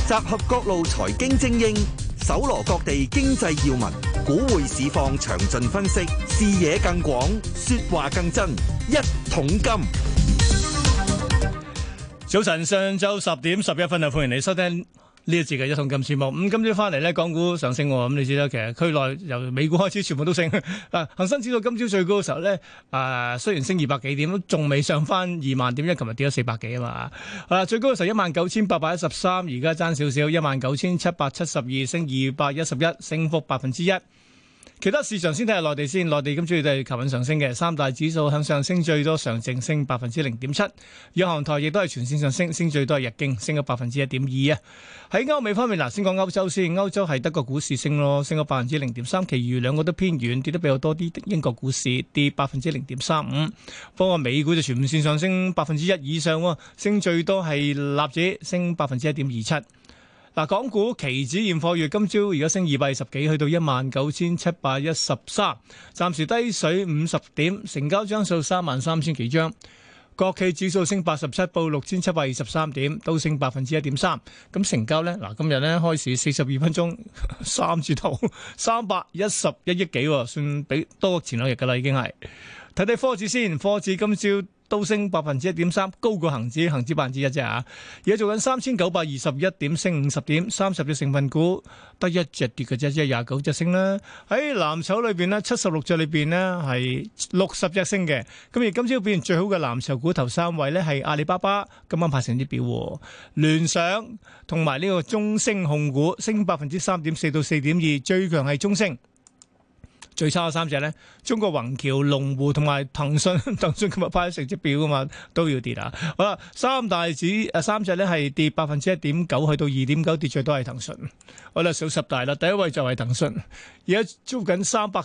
集合各路財經精英，搜羅各地經濟要聞，股匯市況詳盡分析，視野更廣，說話更真。一桶金。 早晨，上晝10:11啊，歡迎你收聽呢一節嘅一桶金節目。咁今朝翻嚟咧，港股上升喎。咁你知啦，其實區內由美股開始，全部都升。恒生指數今朝最高嘅時候咧，雖然升200幾點，都仲未上翻2萬點，因為琴日跌咗400幾啊嘛。最高嘅時候19,813，而家爭少少19,772，升211，升幅1%。其他市場先睇下內地先，內地今朝都係求穩上升嘅，三大指數向上升最多，上證升0.7%，日韓台亦都係全線上升，升最多係日經升咗1.2%啊。喺歐美方面嗱，先講歐洲先，歐洲係德國股市升咯，升咗0.3%，其餘兩個都偏軟，跌得比較多啲。英國股市跌0.35%，不過美股就全線上升1%以上喎，升最多係納指升1.27%。嗱，港股期指現貨月今朝而家升220幾，去到19,713，暫時低水50點，成交張數33,000幾張。國企指數升87，報6,723點，都升1.3%。咁成交呢？嗱，今日呢開市42分鐘三字頭311億幾，算比多過前兩日㗎啦，已經係。睇睇科指先，科指今朝都升1.3%，高過恒指，1%啫嚇。而家做緊3,921點，升50點，30隻成分股得一隻跌嘅啫，即係29隻升啦。喺藍籌裏邊呢，76隻裏邊呢係60隻升嘅。咁而今朝表現最好嘅藍籌股頭3位呢係阿里巴巴，今晚派成績表，聯想同埋呢個中升控股升3.4%到4.2%，最強係中升。最差嘅3隻呢，中國宏橋、龍湖同埋騰訊。騰訊今日派成績表啊嘛，都要跌啊。好啦，三隻呢係跌1.9%去到2.9%，跌最多係騰訊。好啦，數十大啦，第一位就係騰訊，而家租緊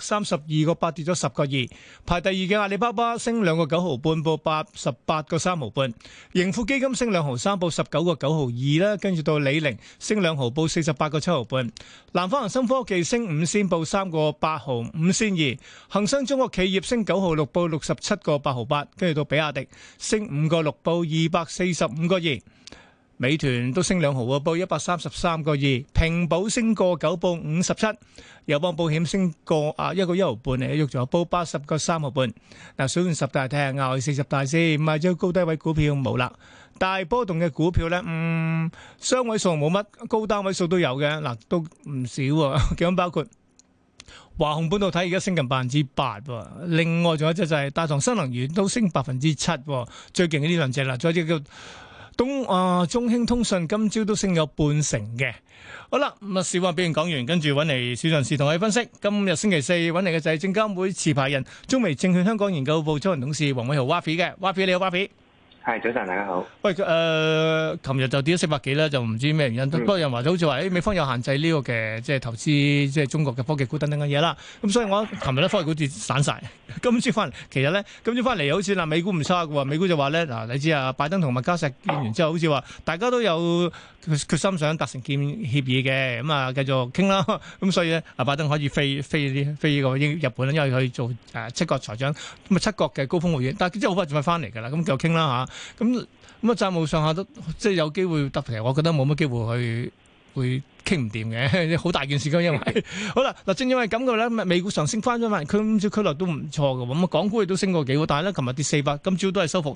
332個8，跌咗10個2。排第二嘅阿里巴巴升2個9毫半，報88個3毫半。盈富基金升2毫3，報19個9毫2啦。跟住到李寧升2毫，報48個7毫半。南方恒生科技升5仙，報3個8毫5仙2。恒生中國企業升9毫6，報67個8毫8。跟住到比亞迪升5個6，報245個2。美團都升2毫啊，報133個2。平保升個9，報57。友邦保險升1個1毫半嚟，喐咗報80個3毫半。嗱，數完十大睇下亞40大先，買咗高低位股票冇啦。大波動嘅股票咧，雙位數冇乜，高單位數都有嘅，嗱都唔少喎。其中包括華虹半導體而家升近8%，另外仲有一隻就係大唐新能源都升7%，最勁嘅呢兩隻啦。仲有一隻叫中興通訊今朝都升咗半成嘅。好啦，咁啊，市況表現講完，跟住揾嚟市場人士同我哋分析。今日星期四揾嚟嘅就係證監會持牌人中微證券香港研究部執行董事黃偉豪 Wafi 嘅。Wafi 你好 Wafi。 係，早晨，大家好。 喂，琴日就跌咗400幾啦，就唔知咩原因。不過人話好似話，美方有限制呢個嘅即係投資，即係中國嘅科技股等等嘅嘢啦。咁所以我琴日咧科技股跌散晒。今朝翻嚟，其實咧今朝翻嚟好似嗱，美股唔差嘅喎。美股就話咧嗱，你知啊，拜登同麥加錫見完之後，好似話大家都有決心想達成協議嘅，咁啊繼續傾啦。咁所以咧，拜登可以飛呢個日本啦，因為佢做七國財長，咁啊七國嘅高峰會議，但係即係好快就快翻嚟㗎啦。咁繼續傾啦嚇。咁啊，債務上下都即係有機會得，其實我覺得冇乜機會會傾唔掂嘅，好大件事㗎，因為好啦嗱，正因為咁嘅咧，美股上升翻咗嘛，今朝區內都唔錯嘅，咁啊，港股亦都升過幾個，但係咧，琴日跌400，今朝都係收復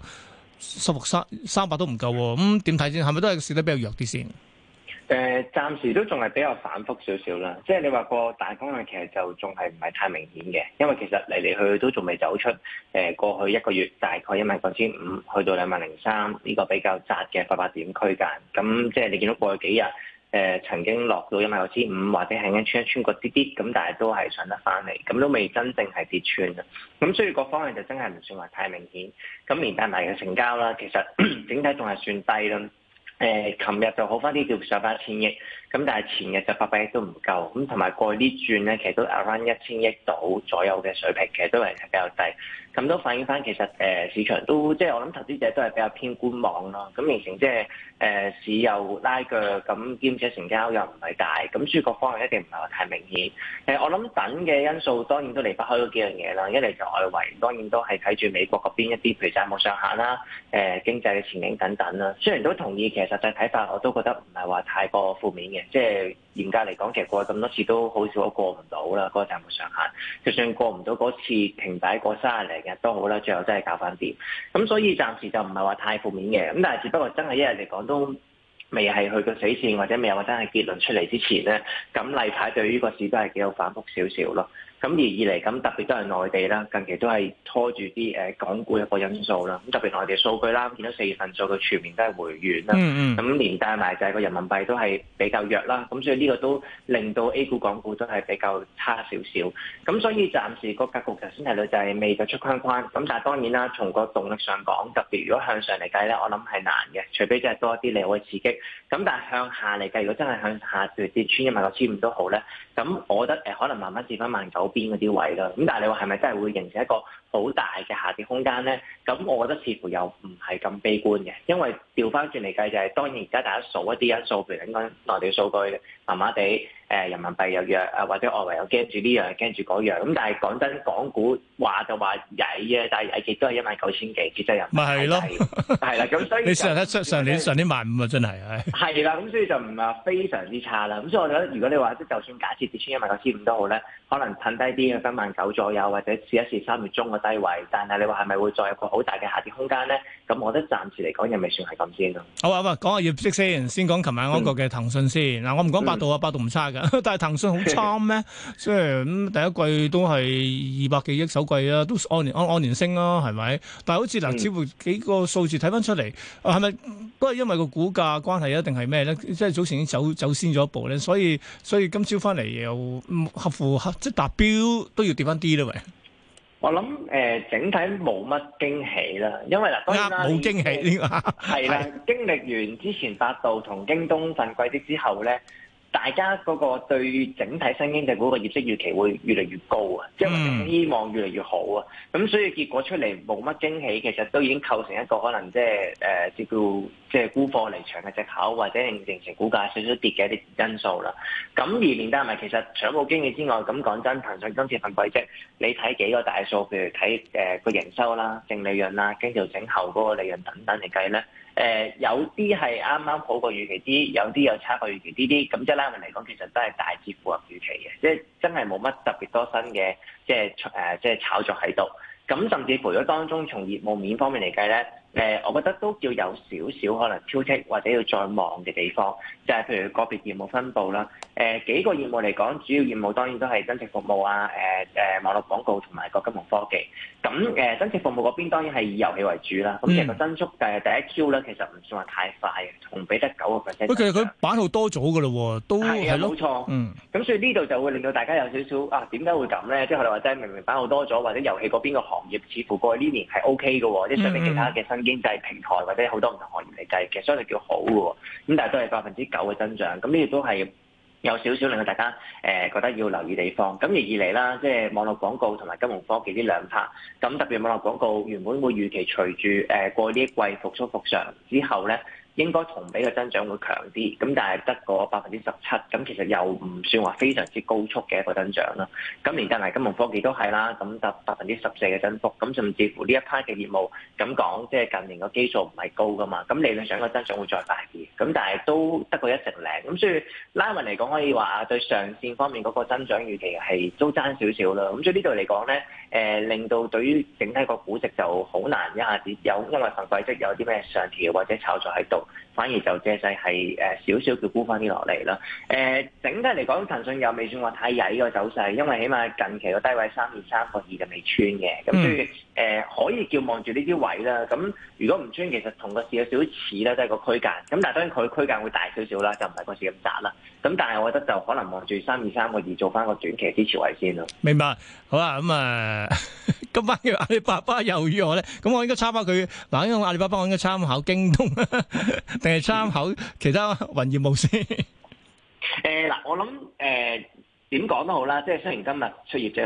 300都唔夠喎，咁點睇先？係咪都係市得比較弱啲先？ 暫時都仲係比較反覆少少啦，即係你話個大方向其實就仲係唔係太明顯嘅，因為其實嚟嚟去去都仲未走出過去一個月大概19,500去到20,003呢個比較窄嘅800點區間，咁即係你見到過去幾日曾經落到19,500或者係一穿過啲啲，咁但係都係上得翻嚟，咁都未真正係跌穿啊，咁所以個方向就真係唔算話太明顯，咁連帶埋嘅成交啦，其實整體仲係算低啦。琴日就好翻啲，叫上翻1,000億，咁但係前日就800億都唔夠，咁同埋過去呢轉咧，其實都 around 1,000億度左右嘅水平，其實都係比較低。 咁都反映翻其實市場都即係我諗投資者都係比較偏觀望咯。咁形成即係市又拉鋸，咁兼且成交又唔係大，咁所以各方面一定唔係話太明顯。我諗等嘅因素當然都離不開嗰幾樣嘢啦。一嚟就外圍，當然都係睇住美國嗰邊一啲譬如債務上限啦、經濟嘅前景等等啦。雖然都同意其實實際睇法，我都覺得唔係話太過負面嘅。即係嚴格嚟講，其實過去咁多次都好少都過唔到啦，嗰個債務上限。就算過唔到嗰次停擺過30零日都好啦，最後真係搞翻掂。咁所以暫時就唔係話太負面嘅。咁但係只不過真係一日嚟講都未係去個死線，或者未有話真係結論出嚟之前咧，咁例牌對於個市都係幾有反覆少少咯。咁而二嚟咁特別都係內地啦，近期都係拖住啲港股一個因素啦。咁特別內地數據啦，見到4月份數據全面都係回軟啦。咁連帶埋就係個人民幣都係比較弱啦。咁所以呢個都令到 A 股港股都係比較差少少。咁所以暫時個格局頭先提到就係未突出框框。咁但係當然啦，從個動力上講，特別如果向上嚟計咧，我諗係難嘅，除非真係多一啲利好嘅刺激。咁但係向下嚟計，如果真係向下跌穿19500都好咧，咁我覺得可能慢慢跌翻19000邊嗰啲位啦。咁但係你話係咪真係會形成一個好大嘅下跌空間咧？咁我覺得似乎又唔係咁悲觀嘅，因為調翻轉嚟計就係當然而家大家數一啲因素，譬如應該內地數據麻麻地，人民幣又弱啊，或者外圍又驚住呢樣驚住嗰樣。咁但係講真，港股話就話曳嘅，但係曳極都係19000幾，其實又唔係咯，係啦。咁所以你上年15000啊，真係係啦。咁所以就唔係話非常之差啦。咁所以我覺得如果你話就算假設跌穿19500都好咧，可能褪低啲去19000左右，或者試一試3月中嘅低位。但係你話係咪會再有個好大嘅下跌空間咧？咁我覺得暫時嚟講又未算係咁先咯。 好啊，講下業績先講琴晚嗰個嘅騰訊先。嗱，我唔講百度啊，百度唔差㗎，但係騰訊好差咩？即係咁第一季都係200幾億首季啊，都按年升啦，係咪？但係好似嗱，似乎幾個數字睇翻出嚟，係咪都係因為個股價關係啊？定係咩咧？即係早前已經走先咗一步咧，所以今朝翻嚟又合乎即係達標都要跌翻啲啦，喂！ 我諗整體冇乜驚喜啦，因為嗱當然啦， 冇驚喜呢個係啦，經歷完之前百度同京東份季績之後咧，大家嗰個對整體新經濟股個業績預期會越嚟越高啊，即係希望越嚟越好啊，咁所以結果出嚟冇乜驚喜，其實都已經構成一個可能即係沽貨離場嘅藉口，或者形成股價少少跌嘅一啲因素啦。咁而連帶埋其實除咗冇驚喜之外，咁講真，騰訊今次份季績，你睇幾個大數，譬如睇個營收啦、淨利潤啦、經調整後嗰個利潤等等嚟計咧。有啲係啱啱好過預期啲，有啲又差過預期啲，咁即係拉勻嚟講，其實都係大致符合預期嘅，即係真係冇乜特別多新嘅，即係炒作喺度。咁甚至乎如果當中從業務面方面嚟計咧，我覺得都叫有少少可能挑剔或者要再望嘅地方，就係譬如個別業務分佈啦。幾個業務嚟講，主要業務當然都係增值服務啊、網絡廣告同埋個金融科技。咁增值服務嗰邊當然係以遊戲為主啦。咁其實個增速第一 Q 咧，其實唔算話太快嘅，同比得9%。 其實佢版號多咗㗎咯喎，都係咯， 冇錯。咁所以呢度就會令到大家有少少點解會咁咧？即係我哋話真係明版號多咗，或者遊戲嗰邊個行業似乎過去呢年係 OK 嘅喎，即係相比其他嘅新經濟平台或者好多唔同行業嚟計，其實相對叫好嘅喎。咁但係都係9%嘅增長，咁呢亦都係有少少令到大家覺得要留意地方。咁而二嚟啦，即係網絡廣告同埋金融科技呢兩 part。咁特別網絡廣告原本會預期隨住過呢一季復甦復常之後咧，應該同比嘅增長會強啲，咁但係得個17%，咁其實又唔算話非常之高速嘅一個增長啦。咁連帶埋金融科技都係啦，咁得14%嘅增幅，咁甚至乎呢一 part 嘅業務咁講，即係近年個基數唔係高噶嘛，咁理論上個增長會再大啲，咁但係都得個1成零，咁所以拉勻嚟講可以話對上線方面嗰個增長預期係都爭少少啦。咁所以呢度嚟講咧，令到對於整體個估值就好難一下子因為份季績有啲咩上調或者炒作喺度。反而就借勢係少少叫沽翻啲落嚟啦。整體嚟講，騰訊又未算話太曳個走勢，因為起碼近期個低位323.2就未穿嘅，咁所以可以叫望住呢啲位啦。咁如果唔穿，其實同個市有少少似啦，都係個區間。咁但係當然佢區間會大少少啦，就唔係個市咁窄啦。咁但係我覺得就可能望住323.2做翻個短期支持位先咯。 明白，好啊，今晚嘅阿里巴巴又如何咧？咁我應該參考佢嗱，因為阿里巴巴我應該參考京東，定係參考其他雲業務先？我諗點講都好啦，即係雖然今日出業績啦，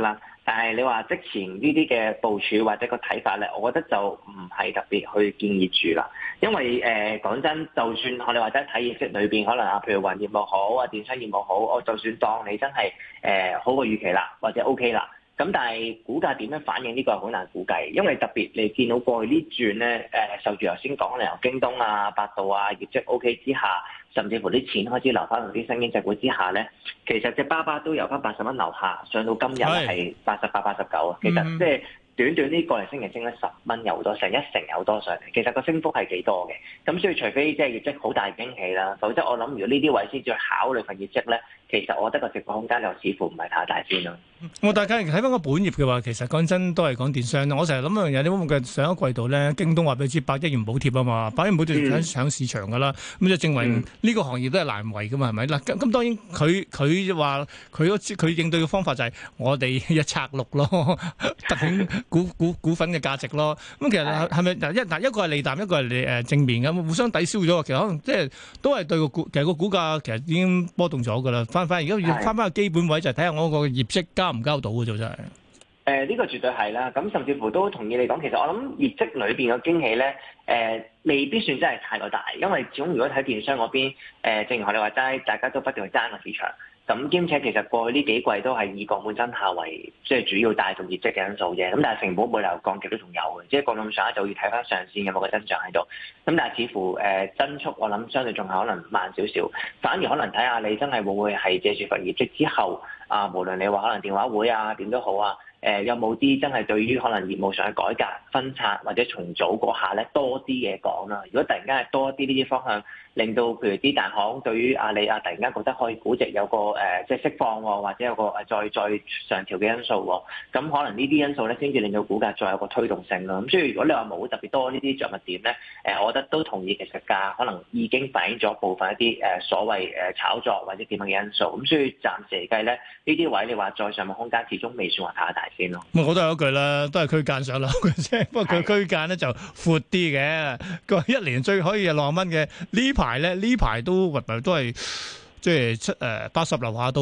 但係你話即前呢啲嘅部署或者個睇法咧，我覺得就唔係特別去建議住啦。因為講真，就算我哋或者睇業績裏邊，可能譬如雲業務好啊，電商業務好，我就算當你真係好過預期啦，或者 OK 啦。咁但係股價點樣反應呢個係好難估計，因為特別你見到過去呢轉咧，受住頭先講嘅由京東啊、百度啊業績 OK 之下，甚至乎啲錢開始流翻去啲新經濟股之下咧，其實隻巴巴都由翻80蚊樓下上到今日係88、89啊，其實即係短短呢個零星期升咗10蚊有多，成1成有多上嚟，其實個升幅係幾多嘅。咁所以除非即係業績好大驚喜啦，否則我諗如果呢啲位先至考慮份業績咧，其實我覺得個直播空間就似乎唔係太大先咯。 我大家睇翻個本業嘅話，其實講真都係講電商。我成日諗一樣嘢，你會上一季度咧，京東話俾你知100億元補貼啊嘛，100億元補貼喺上市場噶啦，咁就證明呢個行業都係難為噶嘛，係咪？嗱，咁當然佢話佢應對嘅方法就係我哋一拆六咯，突顯股份嘅價值咯。咁其實係咪一個係利淡，一個係正面咁，互相抵消咗。其實可能即係都係對其實個股價其實已經波動咗噶啦。反而而家要翻個基本位就係睇下我個業績交唔交到嘅啫，真係。 呢個絕對係啦，咁甚至乎都同意你講，其實我諗業績裏邊嘅驚喜咧，未必算真係太過大，因為始終如果睇電商嗰邊，正如我哋話齋，大家都不斷去爭個市場，咁兼且其實過去呢幾季都係以降本增效為即係主要帶動業績嘅因素啫，咁但係成本冇理由降極都仲有嘅，即係降咁上下就要睇翻上線有冇個增長喺度，咁但係似乎增速我諗相對仲係可能慢少少，反而可能睇下你真係會唔會係借住份業績之後啊，無論你話可能電話會啊點都好啊。有冇啲真係對於可能業務上嘅改革、分拆或者重組嗰下咧多啲嘢講啦？如果突然間係多啲呢啲方向，令到譬如啲大行對於阿里突然間覺得可以估值有個即係釋放喎，或者有個再上調嘅因素喎，咁可能呢啲因素咧先至令到股價再有個推動性咯。咁所以如果你話冇特別多呢啲着物點咧，我覺得都同意其實價可能已經反映咗部分一啲所謂炒作或者點樣嘅因素。咁所以暫時嚟計咧，呢啲位你話再上嘅空間始終未算話太大先咯。 我都係嗰句啦，都係區間上落嘅啫。不過佢區間咧就闊啲嘅，佢話一年最可以60蚊嘅呢排都係即係80樓下到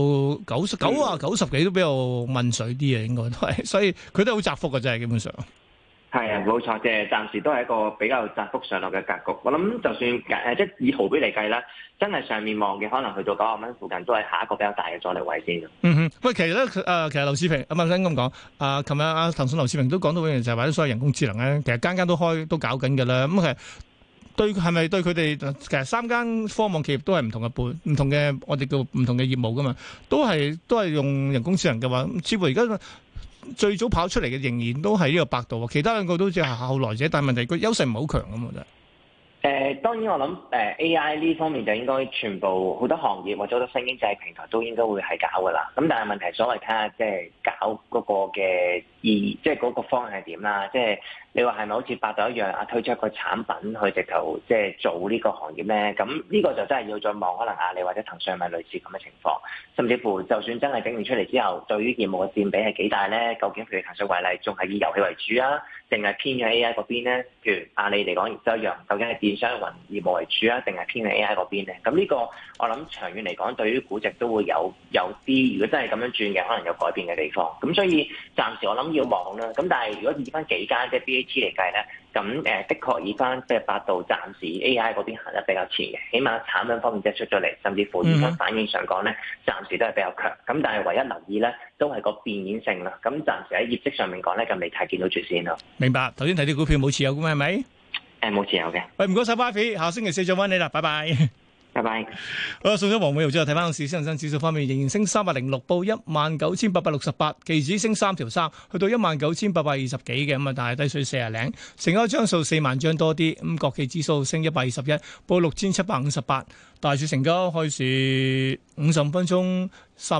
90幾都比較問水啲啊，應該都係，所以佢都好窄幅嘅啫，基本上。 係啊，冇錯，即係暫時都係一個比較窄幅上落嘅格局。我諗就算即係以毫比嚟計啦，真係上面望嘅可能去到90蚊附近，都係下一個比較大嘅阻力位先。 喂，其實咧其實劉熾平唔係咁講。琴日騰訊劉熾平都講到一樣就係話啲所謂人工智能咧，其實間間都搞緊㗎啦。咁其實係咪對佢哋其實3間科網企業都係唔同嘅我哋叫唔同嘅業務㗎嘛，都係用人工智能嘅話，似乎而家最早跑出嚟嘅仍然都係呢個百度，其他兩個都只係後來者，但係問題個優勢唔係好強咁啊，真係。 當然我諗AI 呢方面就應該全部好多行業或者好多新經濟平台都應該會係搞㗎啦。咁但係問題所謂睇下即係搞嗰個嘅即係嗰個方向係點啦。即係你話係咪好似百度一樣推出一個產品去直頭即係做呢個行業咧？咁呢個就真係要再望可能阿里或者騰訊係咪類似咁嘅情況，甚至乎就算真係整完出嚟之後，對於業務嘅佔比係幾大咧？究竟譬如騰訊為例，仲係以遊戲為主啊，定係偏向 AI 嗰邊咧？譬如阿里嚟講亦都一樣，究竟係電商雲業務為主啊，定係偏向 AI 嗰邊咧？咁呢個我諗長遠嚟講，對於估值都會有啲，如果真係咁樣轉嘅，可能有改變嘅地方。咁所以暫時我諗要望啦。咁但係如果以翻幾間即係 BAT 嚟計咧，咁的確以翻即係百度暫時 AI 嗰邊行得比較前嘅，起碼產品方面即係出咗嚟，甚至乎而家反應上講咧，暫時都係比較強。咁但係唯一留意咧，都係個變現性啦。咁暫時喺業績上面講咧，就未太見到住先咯。 明白。頭先睇啲股票冇持有嘅咩係咪？ 冇持有嘅。 喂，唔該晒 Buffy，下星期4再揾你啦，拜拜。 拜拜。 好啦，送咗黃偉豪之後，睇翻個市，恒生指數方面仍然升306，報19,868，期指升3條3，去到19,820幾嘅咁啊，但係低水40零，成交張數4萬張多啲。咁國企指數升121，報6,758，大市成交開市55分鐘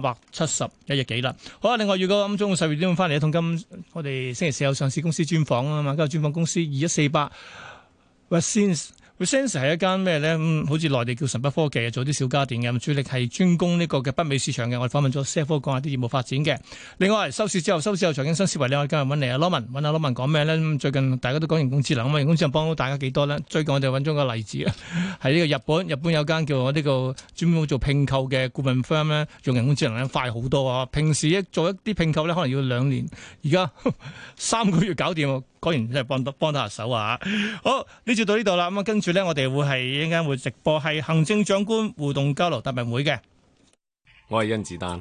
371億幾啦。好啦，另外預告中午12點翻嚟一桶金，我哋星期4有上市公司專訪啊嘛，今日專訪公司2148 Sense 係一間咩咧？好似內地叫神北科技做啲小家電嘅，主力係專攻呢個嘅北美市場嘅。我哋訪問咗 CFO 講下啲業務發展嘅。另外收市之後財經新思維咧，我哋今日揾嚟阿羅文，揾阿羅文講咩咧？最近大家都講人工智能，咁人工智能幫到大家幾多咧？最近我哋揾咗個例子啊，係呢個日本有間叫我呢個專門做併購嘅顧問 firm 咧，用人工智能咧快好多啊！平時做一啲併購咧，可能要2年，而家3個月搞掂。果然真係幫得下手啊！好，呢節到呢度啦，咁啊跟住咧，我哋會係一陣間會直播係行政長官互動交流答問會嘅。 我係甄子丹，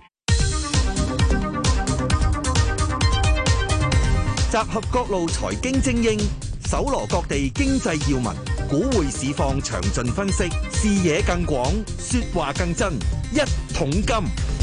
集合各路財經精英，搜羅各地經濟要聞，股匯市況詳盡分析，視野更廣，說話更真，一桶金。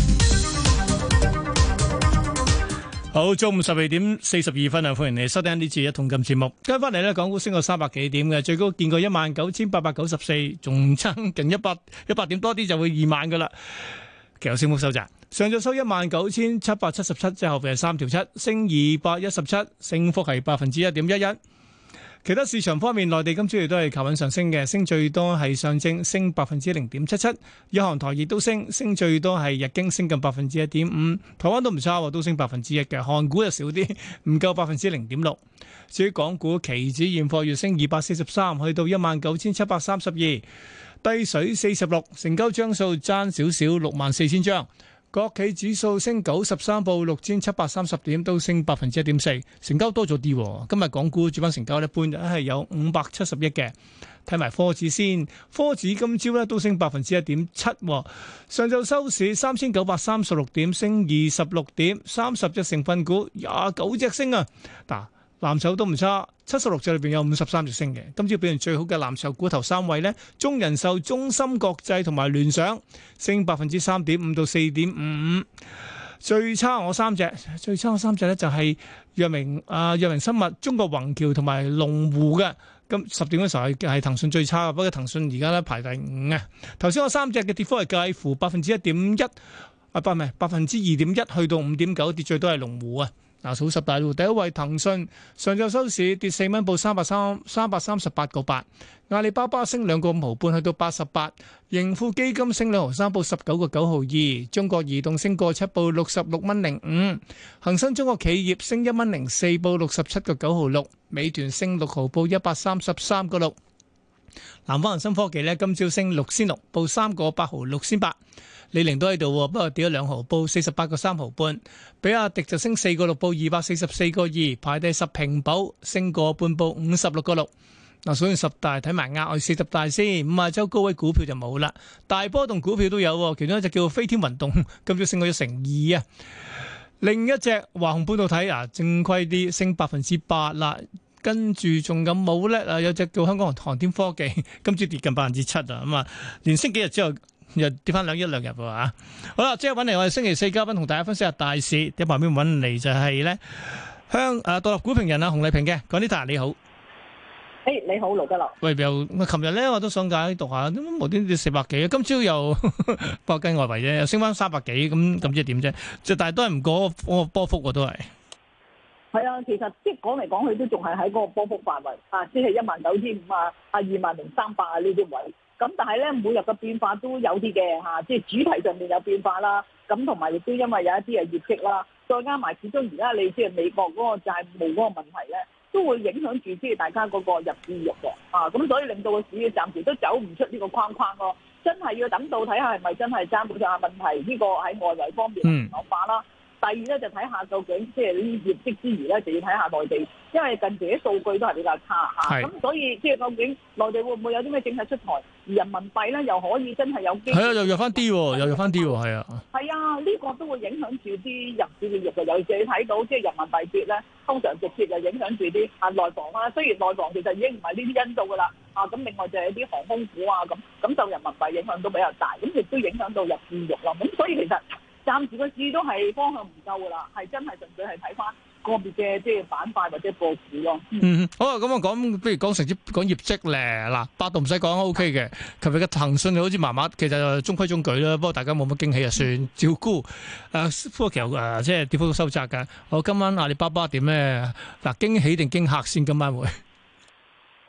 好，中午12:42啊！歡迎你收聽呢次一桶金節目。跟翻嚟咧，港股升過300幾點嘅，最高見過19,894，仲差近100點多啲就會2萬噶啦。其後升幅收窄，上晝收19,777，之後係3.7，升217，升幅係1.11%。其他市場方面，內地今朝亦都係靠穩上升嘅，升最多係上證升0.77%，日韓台亦都升最多係日經升近1.5%，台灣都唔差喎，都升1%嘅，韓股就少啲，唔夠0.6%。至於港股期指現貨月升243，去到19,732，低水46，成交張數爭少少64,000張。國企指數升93，報6,730點，都升1.4%，成交多咗啲。今日港股主板成交咧，半日係有570億嘅。睇埋科指先，科指今朝咧都升1.7%，上晝收市3,936點，升26點，30隻成分股29隻升啊！嗱，藍籌都唔差，76隻裏邊有53隻升嘅。今朝表現最好嘅藍籌股頭3位呢，中人壽、中芯國際同埋聯想，升3.5%到4.55%。最差我3隻呢就係藥明生物、中國宏橋同埋龍湖嘅。咁10點嘅時候係騰訊最差，不過騰訊而家咧排第5啊。頭先我3隻嘅跌幅係介乎1.1%，唔係2.1%去到5.9%，跌最多係龍湖啊。嗱，數十大戶第一位騰訊，上晝收市跌4蚊，報338個8。阿里巴巴升2個5毫半，去到88。盈富基金升2毫3，報19個9毫2。中國移動升個7，報66蚊05。恒生中國企業升1蚊04，報67個9毫6。美團升6毫，報133個6。南方恒生科技咧今朝升6仙6，報3個8毫6仙8。李寧都喺度，不過跌咗2毫，報48個3毫半。比亞迪就升4個6，報244個2。排第10，平保升個半，報56個6。嗱，數完10大，睇埋額外40大先。50周高位股票就冇啦，大波動股票都有，其中一隻叫飛天運動，今朝升咗1成2啊。另一隻華虹半導體正規啲，升8%啦。跟住仲咁冇咧，有隻叫香港航天科技，今朝跌近7%啊。咁啊，連升幾日之後又跌翻一兩日喎。好啦，即係揾嚟我哋星期4嘉賓同大家分析下大市。喺旁邊揾嚟就係咧獨立股評人洪麗萍嘅，講啲大你好。 你好，盧家樂。 喂，琴日咧我都想解讀下，無端跌400幾，今朝又不過跟外圍啫，又升翻300幾，咁即係點啫？但係都係唔過嗰個波幅喎，都係。 係啊，其實即係講嚟講去都仲係喺嗰個波幅範圍即係19,500啊、20,300啊呢啲位。咁但係咧，每日嘅變化都有啲嘅即係主題上面有變化啦。咁同埋亦都因為有一啲嘅業績啦，再加埋始終而家你即係美國嗰個債務嗰個問題咧，都會影響住即係大家嗰個入市欲嘅咁所以令到個市暫時都走唔出呢個框框咯。真係要等到睇下係咪真係爭到上下問題呢個喺外圍方面嘅講法啦。第二咧就睇下究竟即係呢啲業績之餘咧，就要睇下內地，因為近期啲數據都係比較差咁所以即係究竟內地會唔會有啲咩政策出台，而人民幣咧又可以真係有機會又弱翻啲喎，係啊。係啊，呢個都會影響住啲入市嘅業嘅，尤其是你睇到即係人民幣跌咧，通常直接就影響住啲內房啦。雖然內房其實已經唔係呢啲因素噶啦咁另外就係啲航空股咁受人民幣影響都比較大，咁亦都影響到入市欲啦。咁所以其實暫時個市都係方向唔夠噶啦，係真係純粹係睇翻個別嘅即係板塊或者個股咯。 好啊，咁我不如講業績咧。嗱，百度唔使講 OK 嘅，琴日嘅騰訊好似麻麻，其實就中規中矩啦。不過大家冇乜驚喜啊，算照沽。科技即係跌幅都收窄㗎。好，今晚阿里巴巴點咧？嗱，驚喜定驚嚇先？今晚會？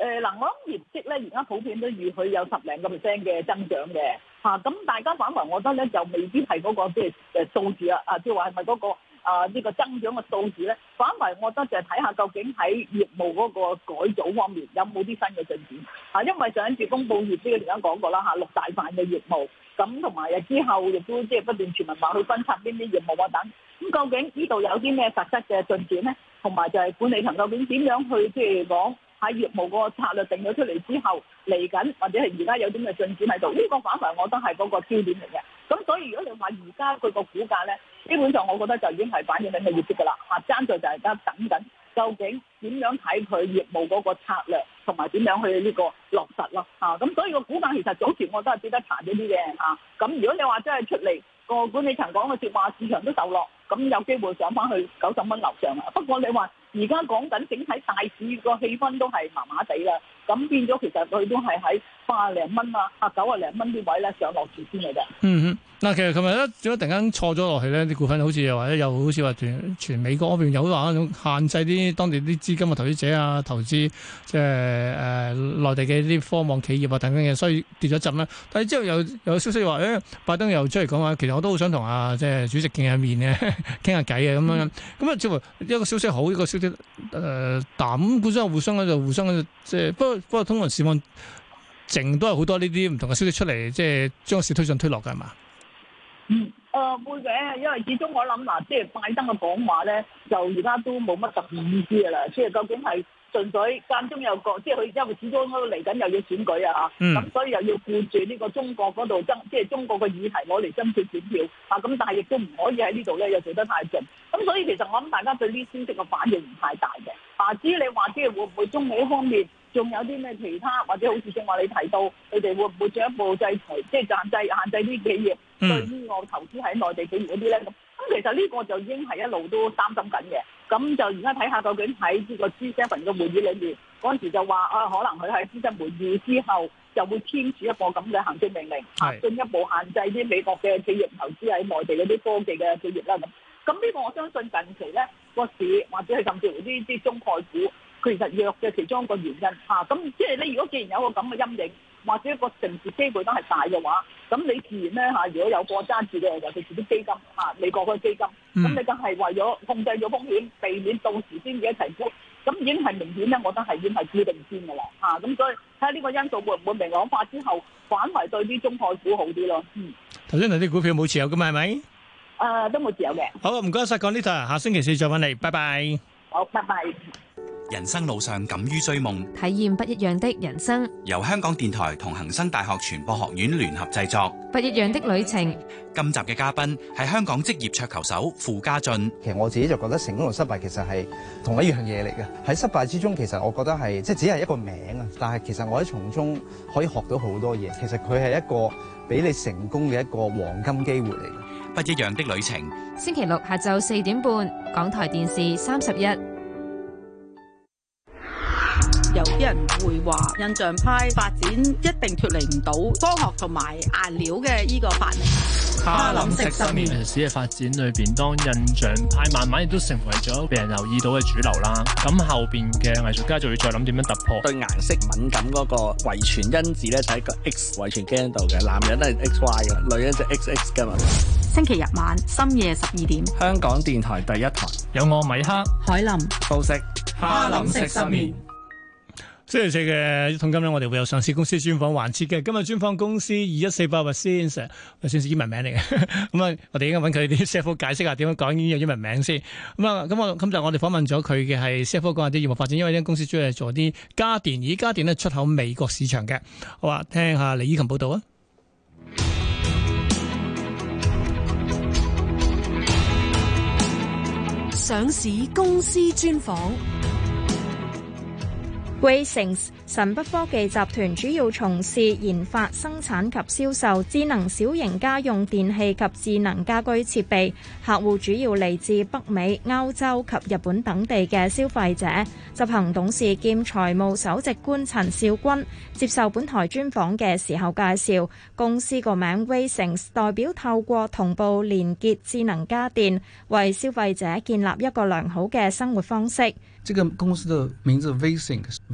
嗱，我諗業績咧，而家普遍都預佢有10%嘅增長嘅嚇，咁大家反為我覺得咧，就未必係嗰個即係數字啊，即係話係咪嗰個呢個增長嘅數字咧？反為我覺得就係睇下究竟喺業務嗰個改組方面有冇啲新嘅進展嚇，因為上一次公佈業績嘅時候講過啦嚇，6大塊嘅業務，咁同埋之後亦都即係不斷傳聞話去分拆邊啲業務啊等，咁究竟呢度有啲咩實質嘅進展咧？同埋就係管理層究竟點樣去即係講？喺業務個策略定咗出嚟之後，嚟緊或者係而家有啲咩進展喺度？呢個反為我覺得係嗰個焦點嚟嘅。咁所以如果你話而家佢個股價咧，基本上我覺得就已經係反映緊嘅業績㗎啦。爭在就係而家等緊，究竟點樣睇佢業務嗰個策略，同埋點樣去呢個落實咯。咁所以個股價其實早前我都係值得查咗啲嘅。咁如果你話真係出嚟個管理層講嘅説話，市場都受落，咁有機會上翻去90蚊樓上啊。不過你話，而家講緊整體大市個氣氛都係麻麻地啦，咁變咗其實佢都係喺80零蚊啊、90零蚊啲位咧上落住先嚟嘅。 嗱，其實琴日咧，點解突然間錯咗落去咧？啲股份好似又話咧，又好似話全美國嗰邊有話一種限制啲當地啲資金嘅投資者啊，投資即係內地嘅啲科網企業啊等等嘅，所以跌咗一陣啦。但係之後有消息話，拜登又出嚟講話，其實我都好想同即係主席見下面嘅，傾下偈嘅咁樣。咁啊，似乎一個消息好，一個消息淡，互相即係不過通常市況靜都係好多呢啲唔同嘅消息出嚟，即係將個市推上推落㗎係嘛？ 會嘅，因為始終我諗嗱，即係拜登嘅講話咧，就而家都冇乜特別意思㗎啦。即係究竟係純粹間中有個，即係佢因為始終都嚟緊又要選舉啊，咁所以又要顧住呢個中國嗰度即係中國嘅議題攞嚟爭取選票咁，但係亦都唔可以喺呢度咧又做得太盡。咁所以其實我諗大家對呢消息嘅反應唔太大嘅。至於你話即係會唔會中美方面仲有啲咩其他，或者好似正話你提到，佢哋會唔會進一步制裁，即係限制啲企業對呢個投資喺內地企業嗰啲咧？咁其實呢個就已經係一路都擔心緊嘅。咁就而家睇下究竟喺呢個 G7 嘅會議裏面，嗰陣時就話可能佢喺 G7 會議之後就會簽署一個咁嘅行政命令，進一步限制啲美國嘅企業投資喺內地嗰啲科技嘅企業啦。咁呢個我相信近期咧個市或者係甚至乎啲中概股，佢其實弱嘅其中一個原因咁即係你如果既然有個咁嘅陰影，或者個成事機會都係大嘅話，咁你自然咧如果有個揸住嘅，尤其是啲基金美國嘅基金，咁你梗係為咗控制咗風險，避免到時先至一齊沽，咁已經係明顯咧，我覺得係已經係固定先㗎啦咁所以睇下呢個因素會唔會明朗化之後，反為對啲中概股好啲咯。 頭先啲股票冇持有㗎嘛係咪？ 都冇持有嘅。 好，唔該晒，講呢台，下星期四再揾你，拜拜。 好，拜拜。 人生路上敢於追夢， 體驗不一樣的人生。 由香港電台同恒生大學傳播學院聯合製作。 不一樣的旅程。 今集嘅嘉賓係香港職業桌球手傅家俊。 其實我自己就覺得成功同失敗其實係同一樣嘢嚟嘅。喺失敗之中，其實我覺得係即係只係一個名啊，但係其實我喺從中可以學到好多嘢。其實佢係一個俾你成功嘅一個黃金機會嚟嘅。 不一樣的旅程。 星期六下晝4點半，港台電視31。 有啲人會話印象派發展一定脫離唔到科學同埋顏料嘅呢個發明。 哈林式失眠史嘅發展裏邊，當印象派慢慢亦都成為咗被人留意到嘅主流啦。咁後邊嘅藝術家就要再諗點樣突破。 對顏色敏感嗰個遺傳因子咧，就喺個 X 遺傳基因度嘅。男人係 XY 嘅，女人就 XX 噶嘛。 星期日晚深夜12點， 香港電台第一台有我米克、 海林、 素食哈林式失眠。 星期四嘅一桶金咧，我哋會有上市公司專訪環節嘅。今日專訪公司2148 Vaccines，算是英文名嚟嘅。咁啊，我哋應該揾佢啲 CFO 解釋下點樣講呢個英文名先。咁就我哋訪問咗佢嘅係 CFO 講下啲業務發展，因為呢間公司主要係做啲家電，而家電咧出口美國市場嘅。好啊，聽下李依琴報道啊。 上市公司專訪。Wacings 神北科技集團主要從事研發、生產及銷售智能小型家用電器及智能家居設備，客戶主要嚟自北美、歐洲及日本等地嘅消費者。執行董事兼財務首席官陳少君接受本台專訪嘅時候介紹，公司個名 Wacings 代表透過同步連結智能家電，為消費者建立一個良好嘅生活方式。 這個公司的名字 Wacings Word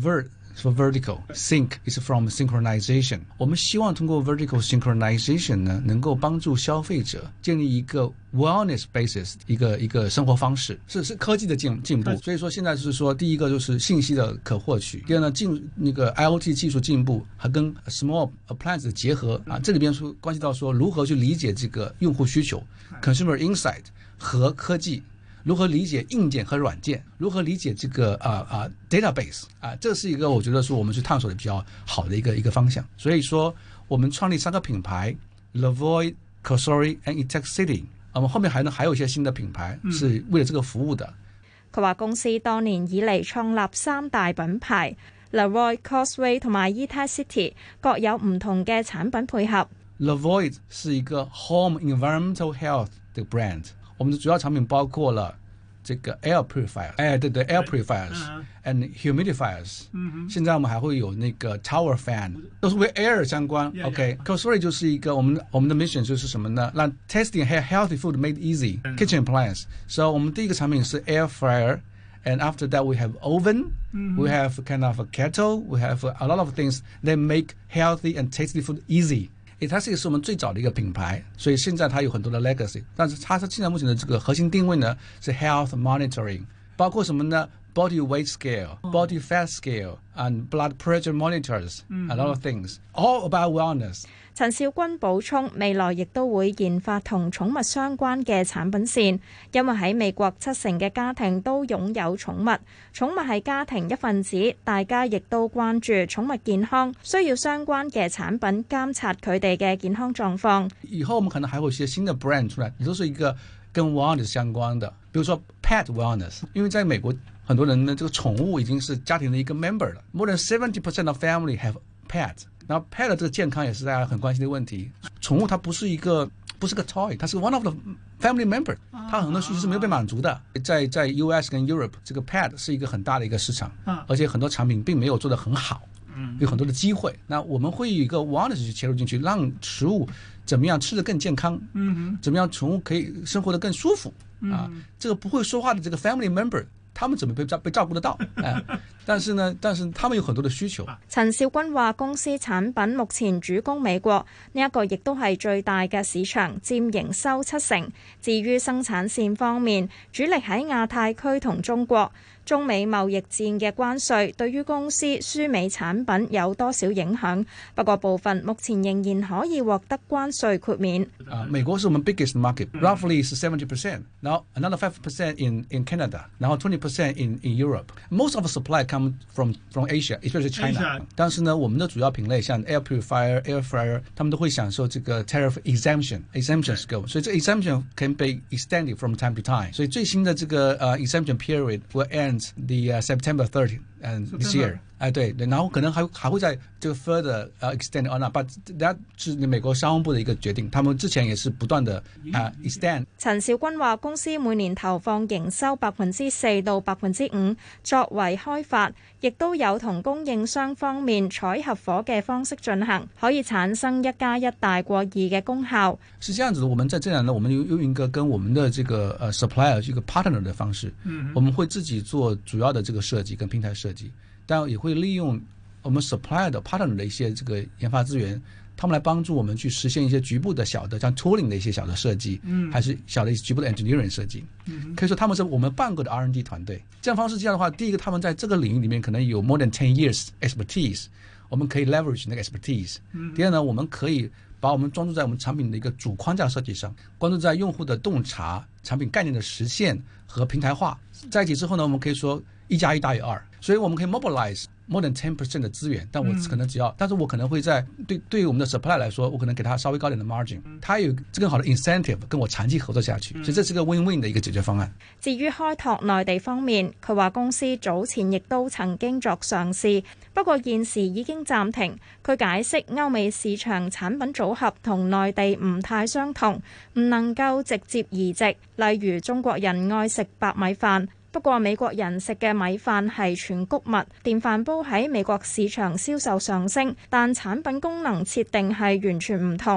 for vertical. Sync is from synchronization. 我们希望通过 vertical synchronization 呢，能够帮助消费者建立一个 wellness basis 一个生活方式，是科技的进步。所以说现在是说，第一个就是信息的可获取，第二呢，那个 IoT 技术进步，还跟 small appliance 的结合啊，这里边说关系到说如何去理解这个用户需求 consumer insight 和科技。如何理解硬件和软件？如何理解这个database 啊？这是一个我觉得说我们去探索的比较好的一个方向。所以说，我们创立3个品牌 ，Lavoie、Cosori and Intexcity。我们后面还有一些新的品牌是為了這個服務的。 佢話公司多年以嚟創立3大品牌 ，Lavoie、Causeway 同埋 Intexcity 各有唔同嘅產品配合。 Lavoie 是一個 home environmental health 的 brand。我们的主要产品包括了这个 air purifier， air purifiers and humidifiers。现在我们还会有那个 tower fan， 都是为 air 相关。OK，Cosori 就是一个我们的 mission 就是什么呢？让 testing healthy food made easy kitchen appliance。所以我们第一个产品是 air fryer。And after that, we have oven, we have kind of a kettle, we have a lot of things that make healthy and tasty food easy。它是我们最早的一个品牌，所以现在它有很多的 legacy， 但是它现在目前的这个核心定位呢是 health monitoring， 包括什么呢 ？body weight scale、body fat scale and blood pressure monitors，a lot of things, all about wellness。 陳少君補充，未來亦都會研發同寵物相關嘅產品線，因為喺美國70%嘅家庭都擁有寵物，寵物係家庭一份子，大家亦都關注寵物健康，需要相關嘅產品監察佢哋嘅健康狀況。 以後我們可能還會有一些新的 brand 出來，也都是一個跟 wellness 相關的，比如說 pet wellness， 因為在美國很多人呢，這個寵物已經是家庭的一個 member 了 ，more than 70% of family have pet。然後 pet 的這個健康也是大家很關心的問題。寵物它不是個 toy， 它是 one of the family member， 它很多需求是沒有被滿足的。在 US 跟 Europe 這個 pet 是一個很大的一個市場，而且很多產品並沒有做得很好，有很多的機會。那我們會有一個 wellness 去切入進去，讓食物怎麼樣吃得更健康，怎麼樣寵物可以生活得更舒服啊。這個不會說話的這個 family member。他們怎麼被照顧得到？但是他們有很多的需求。 陳少君話：公司產品目前主攻美國，呢一個亦都係最大嘅市場，佔營收70%。至於生產線方面，主力喺亞太區同中國。中美貿易戰嘅關稅對於公司輸美產品有多少影響？不過部分目前仍然可以獲得關稅豁免。 美國是我們 biggest market，roughly 是70%，然後 another 5% in Canada， 然後20% in Europe。Most of the supply come from Asia，especially China。但是呢，我們的主要品類像 air purifier、air fryer， 他們都會享受這個 tariff exemption scope， 所以這 exemption can be extended from time to time。所以最新的這個exemption period will end the September 30th this year。對，然後可能還會在這個 further extend on that，but that 是美國商務部的一個決定，他們之前也是不斷的extend。 陳少君話：公司每年投放營收4%到5%作為開發，亦都有同供應商方面採合夥嘅方式進行，可以產生1+1大過2嘅功效。 是這樣子的，我們在這樣呢，我們用一個跟我們的這個supplier 這個 partner 的方式，我們會自己做主要的這個設計跟平台設計。但也會利用我們 supplier 的 partner 的一些這個研發資源，他們來幫助我們去實現一些局部的小的，像 tooling 的一些小的設計，還是小的局部的 engineering 設計。可以說他們是我們半個的 R&D 團隊。這樣方式之下的話，第一個他們在這個領域裡面可能有 more than 10 years expertise， 我們可以 leverage 那個 expertise。第二呢，我們可以把我們專注在我們產品的一個主框架設計上，關注在用戶的洞察、產品概念的實現和平台化。在一起之後呢，我們可以說1+1大於2。所以我們可以 mobilize more than 10% 的資源，但我可能但是我可能會在對於我們的 supply 來說，我可能給他稍微高點的 margin， 他有更好的 incentive 跟我長期合作下去，所以這是個 win-win 的一個解決方案。 至於開拓內地方面，佢話公司早前亦都曾經作嘗試，不過現時已經暫停。佢解釋歐美市場產品組合同內地唔太相同，唔能夠直接移植。例如中國人愛食白米飯。不過美國人食嘅米飯係全穀物，電飯煲喺美國市場銷售上升，但產品功能設定係完全唔同。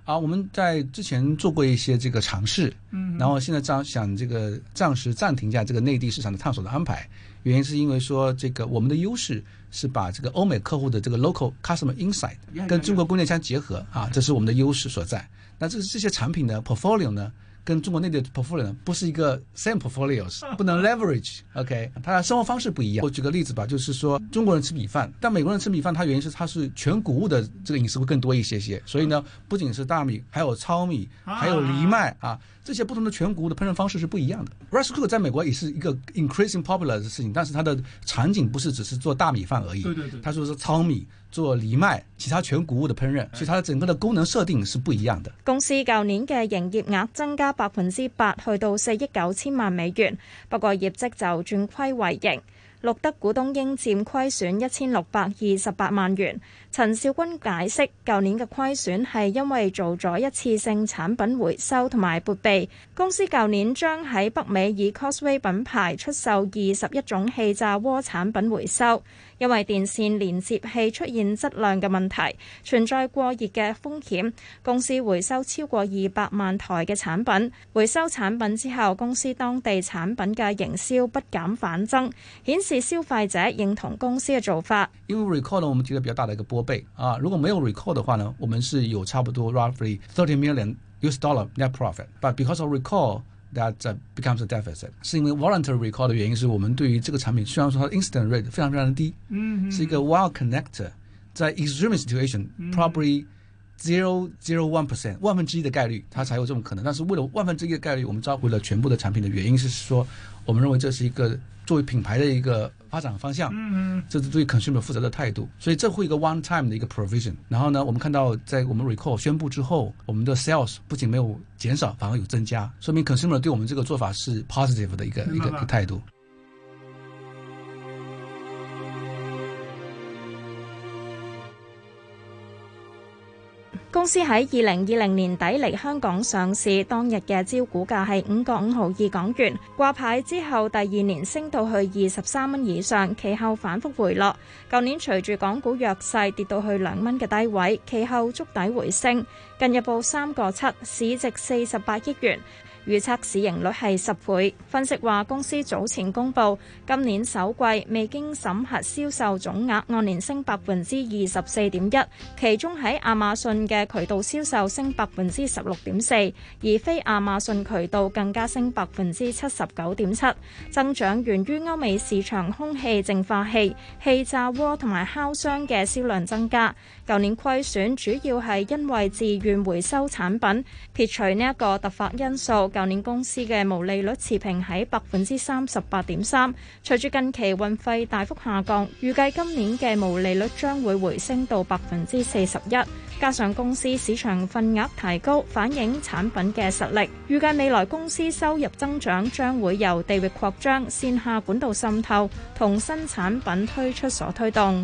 我们在之前做过一些这个尝试，然后现在想这个暂时暂停一下这个内地市场的探索的安排，原因是因为说这个我们的优势是把这个欧美客户的这个 local customer insight 跟中国供应链相结合这是我们的优势所在。那这些产品的 portfolio 呢，跟中国内地的 portfolio 呢不是一个 same portfolios， 不能 leverage OK， 它的生活方式不一样。我举个例子吧，就是说中国人吃米饭，但美国人吃米饭，它原因是它是全谷物的这个饮食会更多一些，所以呢不仅是大米，还有糙米，还有藜麦这些不同的全谷物的烹饪方式是不一样的。 Rice cooker 在美国也是一个 increasing popular 的事情，但是它的场景不是只是做大米饭而已，对，它说是糙米，做藜麦，其他全谷物的烹饪，所以它的整个的功能設定是不一樣的。 公司舊年嘅營業額增加8%去到4億9千萬美元，不過業績就轉虧為盈，錄得股東應佔虧損1628萬元。陳少君解釋，舊年嘅虧損係因為做咗一次性產品回收同埋撥備。公司舊年將喺北美以 Causeway 品牌出售21種氣炸鍋產品回收，因為電線連接器出現質量嘅問題，存在過熱嘅風險。公司回收超過200萬台嘅產品，回收產品之後，公司當地產品嘅營銷不減反增，顯示消費者認同公司嘅做法。 因為 recall 呢，我們覺得比較大的一個波倍如果沒有 recall 的話呢，我們是有差不多 roughly $30 million net profit， but because of recall that becomes a deficit， 是因為 voluntary recall 的原因是我們對於這個產品雖然說它的 incident rate 非常非常低，是一個 wild connector， 在 extreme situation probably 0.01% 萬分之一的概率它才有這種可能，但是為了萬分之一的概率我們召回了全部的產品的原因是說我們認為這是一個作為品牌的一個發展方向，這是對 consumer 負責的態度，所以這會一個 one time 的一個 provision。然後呢，我們看到在我們 recall 宣布之後，我們的 sales 不僅沒有減少，反而有增加，說明 consumer 對我們這個做法是 positive 的一個態度。 公司喺2020年底嚟香港上市，當日嘅招股價係5個5毫2港元，掛牌之後第二年升到去23蚊以上，其後反覆回落。舊年隨住港股弱勢跌到去2蚊嘅低位，其後築底回升，近日報3個7，市值48億元。預測市盈率係10倍。分析話，公司早前公布今年首季未經審核銷售總額按年升24.1%，其中喺亞馬遜嘅渠道銷售升16.4%，而非亞馬遜渠道更加升79.7%。增長源於歐美市場空氣淨化器、氣炸鍋同埋烤箱嘅銷量增加。舊年虧損主要係因為自願回收產品，撇除呢一個突發因素，舊年公司嘅毛利率持平喺38.3%。隨住近期運費大幅下降，預計今年嘅毛利率將會回升到41%。加上公司市場份額提高，反映產品嘅實力。預計未來公司收入增長將會由地域擴張、線下管道滲透同新產品推出所推動。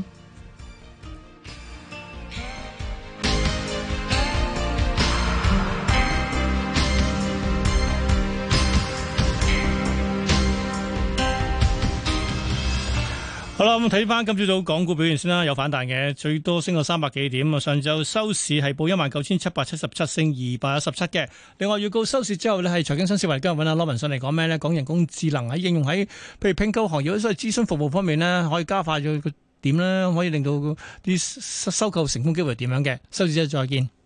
好啦，咁睇翻今朝早港股表現先啦，有反彈嘅，最多升過300幾點啊！上晝收市係報19,777，升217嘅。另外預告收市之後呢，係財經新思維今日揾阿羅文信嚟講咩呢？講人工智能喺應用喺譬如併購行業，所以諮詢服務方面呢，可以加快咗個點呢？可以令到啲收購成功機會點樣嘅？收市之後再見。